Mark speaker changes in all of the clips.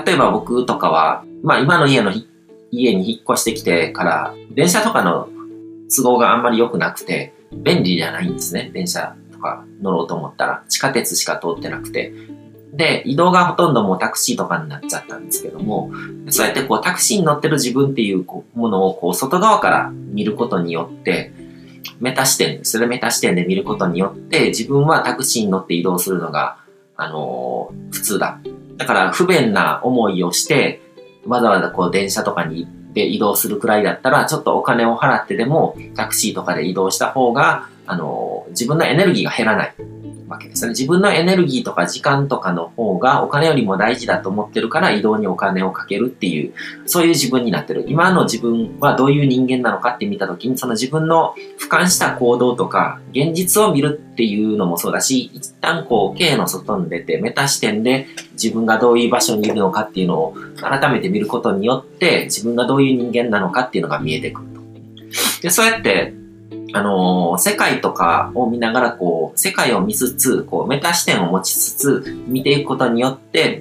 Speaker 1: 例えば僕とかは、まあ今の家に引っ越してきてから、電車とかの都合があんまり良くなくて、便利じゃないんですね。電車とか乗ろうと思ったら、地下鉄しか通ってなくて。で、移動がほとんどもうタクシーとかになっちゃったんですけども、そうやってこうタクシーに乗ってる自分っていうものをこう外側から見ることによって、メタ視点で見ることによって、自分はタクシーに乗って移動するのが、普通だ。だから不便な思いをして、わざわざこう電車とかにで移動するくらいだったら、ちょっとお金を払ってでもタクシーとかで移動した方が、自分のエネルギーが減らないわけですね。自分のエネルギーとか時間とかの方がお金よりも大事だと思ってるから移動にお金をかけるっていう、そういう自分になってる。今の自分はどういう人間なのかって見たときに、その自分の俯瞰した行動とか、現実を見るっていうのもそうだし、一旦こう、経の外に出て、メタ視点で自分がどういう場所にいるのかっていうのを改めて見ることによって、自分がどういう人間なのかっていうのが見えてくると。で、そうやって、世界とかを見ながらこう、世界を見つつ、こう、メタ視点を持ちつつ、見ていくことによって、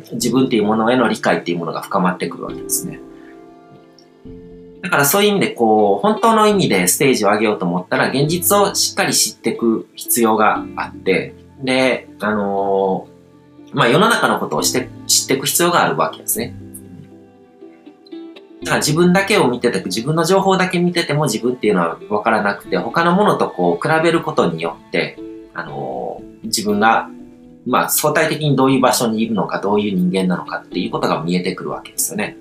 Speaker 1: 自分っていうものへの理解っていうものが深まってくるわけですね。だからそういう意味でこう、本当の意味でステージを上げようと思ったら、現実をしっかり知っていく必要があって、で、まあ、世の中のことを知っていく必要があるわけですね。だから自分だけを見てて、自分の情報だけ見てても自分っていうのは分からなくて、他のものとこう比べることによって、自分が、まあ相対的にどういう場所にいるのか、どういう人間なのかっていうことが見えてくるわけですよね。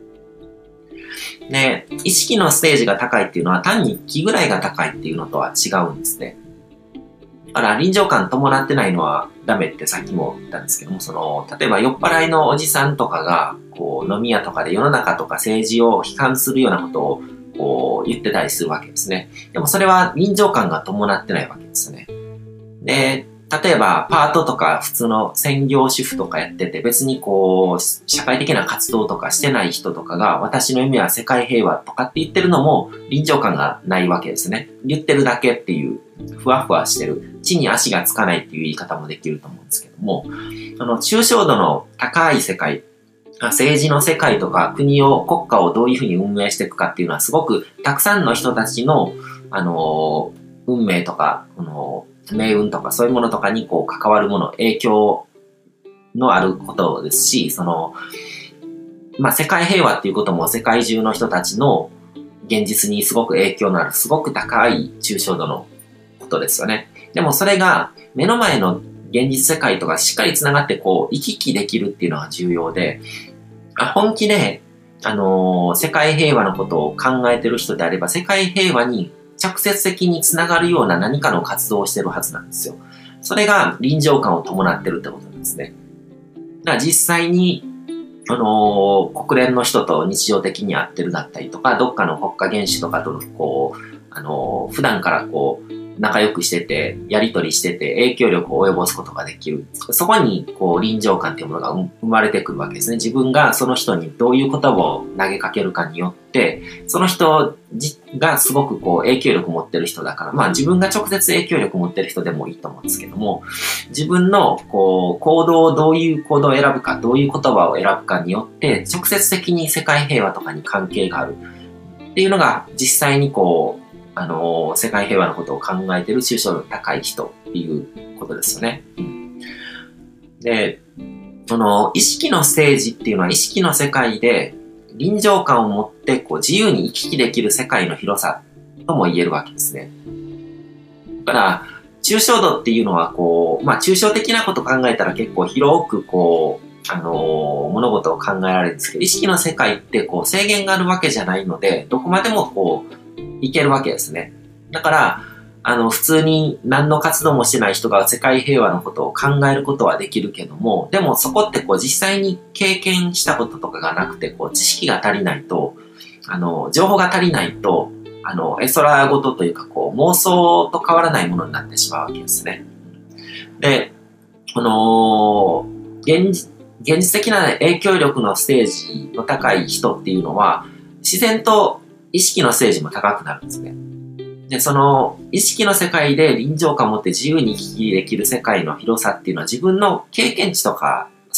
Speaker 1: で、意識のステージが高いっていうのは単に気ぐらいが高いっていうのとは違うんですね。だから臨場感伴ってないのはダメってさっきも言ったんですけども、例えば酔っ払いのおじさんとかが、こう飲み屋とかで世の中とか政治を批判するようなことをこう言ってたりするわけですね。でもそれは臨場感が伴ってないわけですね。で、例えばパートとか普通の専業主婦とかやってて別にこう社会的な活動とかしてない人とかが私の夢は世界平和とかって言ってるのも臨場感がないわけですね。言ってるだけっていうふわふわしてる地に足がつかないっていう言い方もできると思うんですけども、抽象度の高い世界、政治の世界とか国家をどういうふうに運営していくかっていうのはすごくたくさんの人たちの運命とか命運とかそういうものとかにこう関わるもの、影響のあることですし、世界平和っていうことも世界中の人たちの現実にすごく影響のある、すごく高い抽象度のことですよね。でもそれが目の前の現実世界とかしっかりつながってこう行き来できるっていうのが重要で、本気で、世界平和のことを考えてる人であれば世界平和に直接的につながるような何かの活動をしてるはずなんですよ。それが臨場感を伴ってるってことなんですね。だから実際に、国連の人と日常的に会ってるだったりとか、どっかの国家元首とかとこう、普段からこう、仲良くしてて、やりとりしてて、影響力を及ぼすことができる。そこに、こう、臨場感っていうものが生まれてくるわけですね。自分がその人にどういう言葉を投げかけるかによって、その人がすごくこう、影響力を持ってる人だから、自分が直接影響力を持ってる人でもいいと思うんですけども、自分の、こう、どういう行動を選ぶか、どういう言葉を選ぶかによって、直接的に世界平和とかに関係がある。っていうのが、実際にこう、世界平和のことを考えている抽象度の高い人っていうことですよね。で、意識のステージっていうのは意識の世界で臨場感を持ってこう自由に行き来できる世界の広さとも言えるわけですね。だから、抽象度っていうのはこう、抽象的なことを考えたら結構広くこう、物事を考えられるんですけど、意識の世界ってこう制限があるわけじゃないので、どこまでもこう、いけるわけですね。だから、普通に何の活動もしてない人が世界平和のことを考えることはできるけども、でもそこってこう実際に経験したこととかがなくて、こう知識が足りないと、情報が足りないと、絵空事というかこう妄想と変わらないものになってしまうわけですね。で、現実的な影響力のステージの高い人っていうのは、自然と意識のステージも高くなるんですね。で、その意識の世界で臨場感を持って自由に行き来できる世界の広さっていうのは自分の経験値とか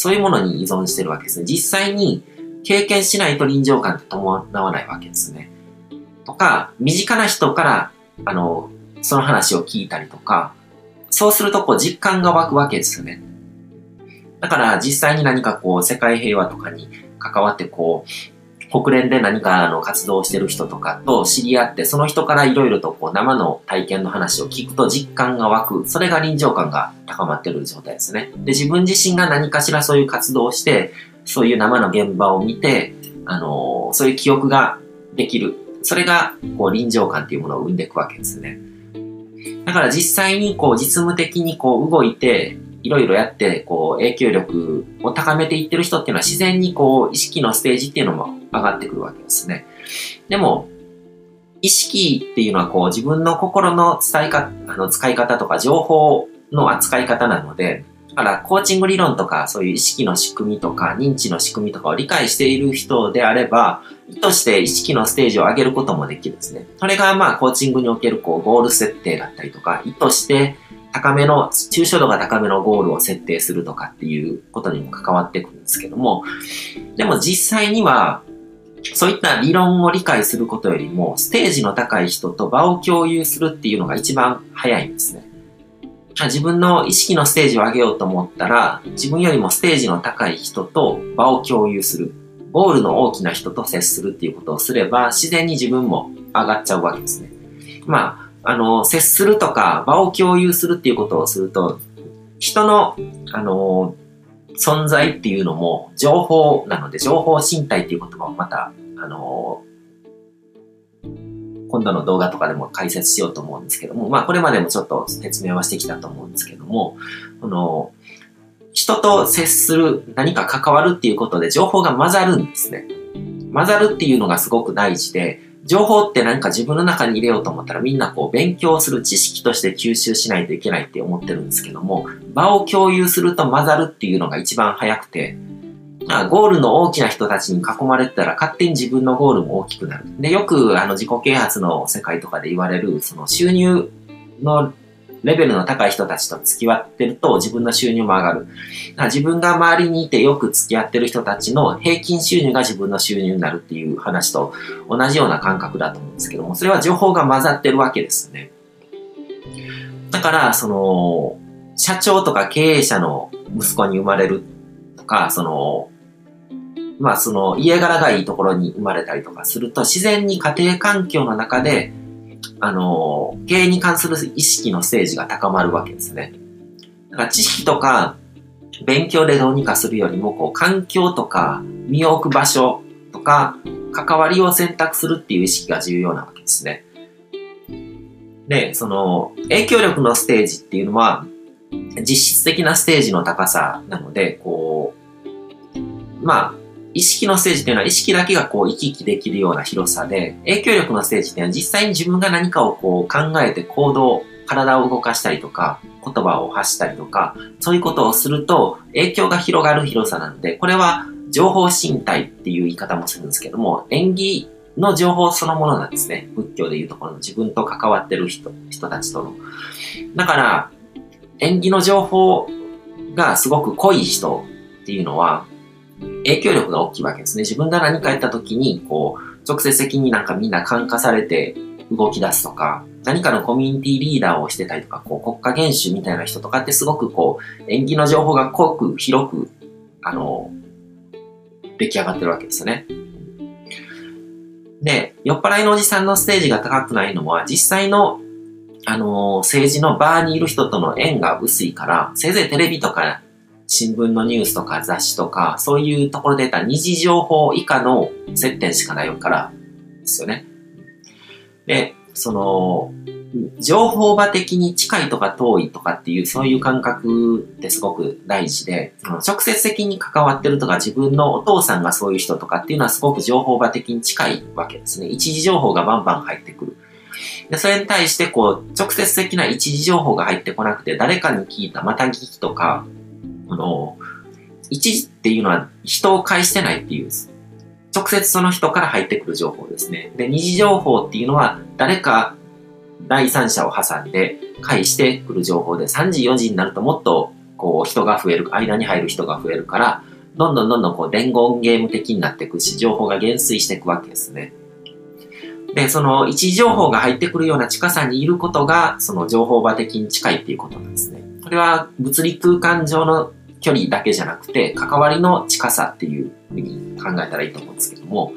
Speaker 1: そういうものに依存してるわけですね。実際に経験しないと臨場感って伴わないわけですね。とか、身近な人から、その話を聞いたりとか、そうすると実感が湧くわけですよね。だから実際に何か世界平和とかに関わって国連で何か活動をしてる人とかと知り合って、その人からいろいろと生の体験の話を聞くと実感が湧く。それが臨場感が高まってる状態ですね。で、自分自身が何かしらそういう活動をして、そういう生の現場を見て、そういう記憶ができる。それが臨場感っていうものを生んでいくわけですね。だから実際に実務的に動いて、いろいろやって、影響力を高めていってる人っていうのは自然に意識のステージっていうのも上がってくるわけですね。でも、意識っていうのは自分の心の使い方とか情報の扱い方なので、だからコーチング理論とかそういう意識の仕組みとか認知の仕組みとかを理解している人であれば、意図して意識のステージを上げることもできるんですね。それがコーチングにおけるゴール設定だったりとか、意図して抽象度が高めのゴールを設定するとかっていうことにも関わってくるんですけども、でも実際には、そういった理論を理解することよりも、ステージの高い人と場を共有するっていうのが一番早いんですね。自分の意識のステージを上げようと思ったら、自分よりもステージの高い人と場を共有する。ゴールの大きな人と接するっていうことをすれば、自然に自分も上がっちゃうわけですね。接するとか場を共有するっていうことをすると、人の、存在っていうのも情報なので、情報身体っていう言葉をまた、今度の動画とかでも解説しようと思うんですけども、これまでもちょっと説明はしてきたと思うんですけども、人と接する、何か関わるっていうことで情報が混ざるんですね。混ざるっていうのがすごく大事で、情報って何か自分の中に入れようと思ったらみんな勉強する知識として吸収しないといけないって思ってるんですけども、場を共有すると混ざるっていうのが一番早くて、ゴールの大きな人たちに囲まれてたら勝手に自分のゴールも大きくなる。で、よく自己啓発の世界とかで言われる、その収入のレベルの高い人たちと付き合ってると自分の収入も上がる。自分が周りにいてよく付き合ってる人たちの平均収入が自分の収入になるっていう話と同じような感覚だと思うんですけども、それは情報が混ざってるわけですね。だから、社長とか経営者の息子に生まれるとか、家柄がいいところに生まれたりとかすると、自然に家庭環境の中で、経営に関する意識のステージが高まるわけですね。だから知識とか勉強でどうにかするよりも、環境とか身を置く場所とか関わりを選択するっていう意識が重要なわけですね。で、影響力のステージっていうのは、実質的なステージの高さなので、意識のステージっていうのは意識だけが生き生きできるような広さで、影響力のステージっていうのは実際に自分が何かを考えて体を動かしたりとか、言葉を発したりとか、そういうことをすると影響が広がる広さなので、これは情報身体っていう言い方もするんですけども、縁起の情報そのものなんですね。仏教でいうところの自分と関わってる人たちとの。だから、縁起の情報がすごく濃い人っていうのは、影響力が大きいわけですね。自分が何かやった時に、直接的にみんな感化されて動き出すとか、何かのコミュニティリーダーをしてたりとか、国家元首みたいな人とかってすごく縁起の情報が濃く、広く、出来上がってるわけですよね。で、酔っ払いのおじさんのステージが高くないのは、実際の、政治の場にいる人との縁が薄いから、せいぜいテレビとか、新聞のニュースとか雑誌とか、そういうところで得た二次情報以下の接点しかないからですよね。で、情報場的に近いとか遠いとかっていう、そういう感覚ってすごく大事で、直接的に関わってるとか、自分のお父さんがそういう人とかっていうのはすごく情報場的に近いわけですね。一次情報がバンバン入ってくる。で、それに対して直接的な一次情報が入ってこなくて、誰かに聞いたまた聞きとか、一時っていうのは人を介してないっていう、直接その人から入ってくる情報ですね。で、二次情報っていうのは誰か第三者を挟んで介してくる情報で、3時4時になるともっとこう人が増える、間に入る人が増えるから、どんどんこう伝言ゲーム的になっていくし、情報が減衰していくわけですね。で、その位置情報が入ってくるような近さにいることが、その情報場的に近いっていうことなんですね。これは物理空間上の距離だけじゃなくて、関わりの近さっていうふうに考えたらいいと思うんですけども、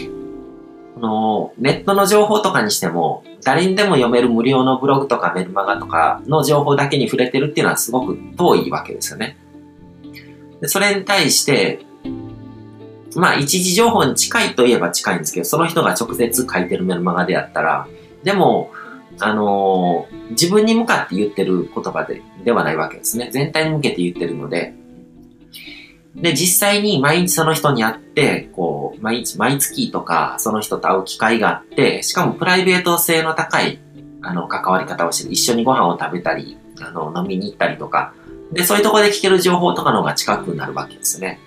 Speaker 1: ネットの情報とかにしても、誰にでも読める無料のブログとかメルマガとかの情報だけに触れてるっていうのはすごく遠いわけですよね。でそれに対して、まあ一時情報に近いといえば近いんですけど、その人が直接書いてるメルマガであったら、でも、自分に向かって言ってる言葉ではないわけですね。全体に向けて言ってるので。で、実際に毎日その人に会って、こう、毎月とかその人と会う機会があって、しかもプライベート性の高い、関わり方をして、一緒にご飯を食べたり、飲みに行ったりとか、で、そういうところで聞ける情報とかの方が近くなるわけですね。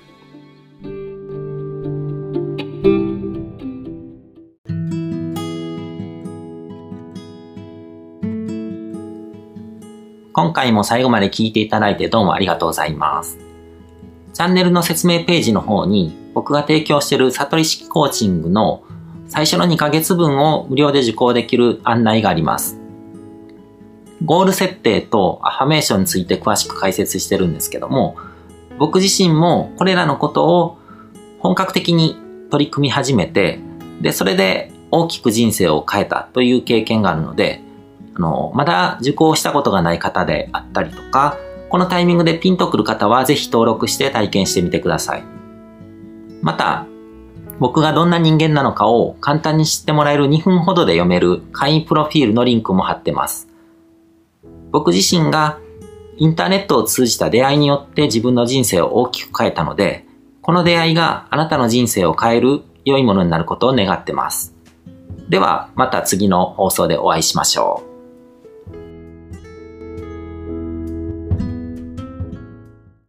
Speaker 2: 今回も最後まで聞いていただいてどうもありがとうございます。チャンネルの説明ページの方に僕が提供している悟り式コーチングの最初の2ヶ月分を無料で受講できる案内があります。ゴール設定とアファメーションについて詳しく解説してるんですけども、僕自身もこれらのことを本格的に取り組み始めて、で、それで大きく人生を変えたという経験があるので、まだ受講したことがない方であったりとか、このタイミングでピンとくる方はぜひ登録して体験してみてください。また、僕がどんな人間なのかを簡単に知ってもらえる2分ほどで読める会員プロフィールのリンクも貼ってます。僕自身がインターネットを通じた出会いによって自分の人生を大きく変えたので、この出会いがあなたの人生を変える良いものになることを願ってます。ではまた次の放送でお会いしましょう。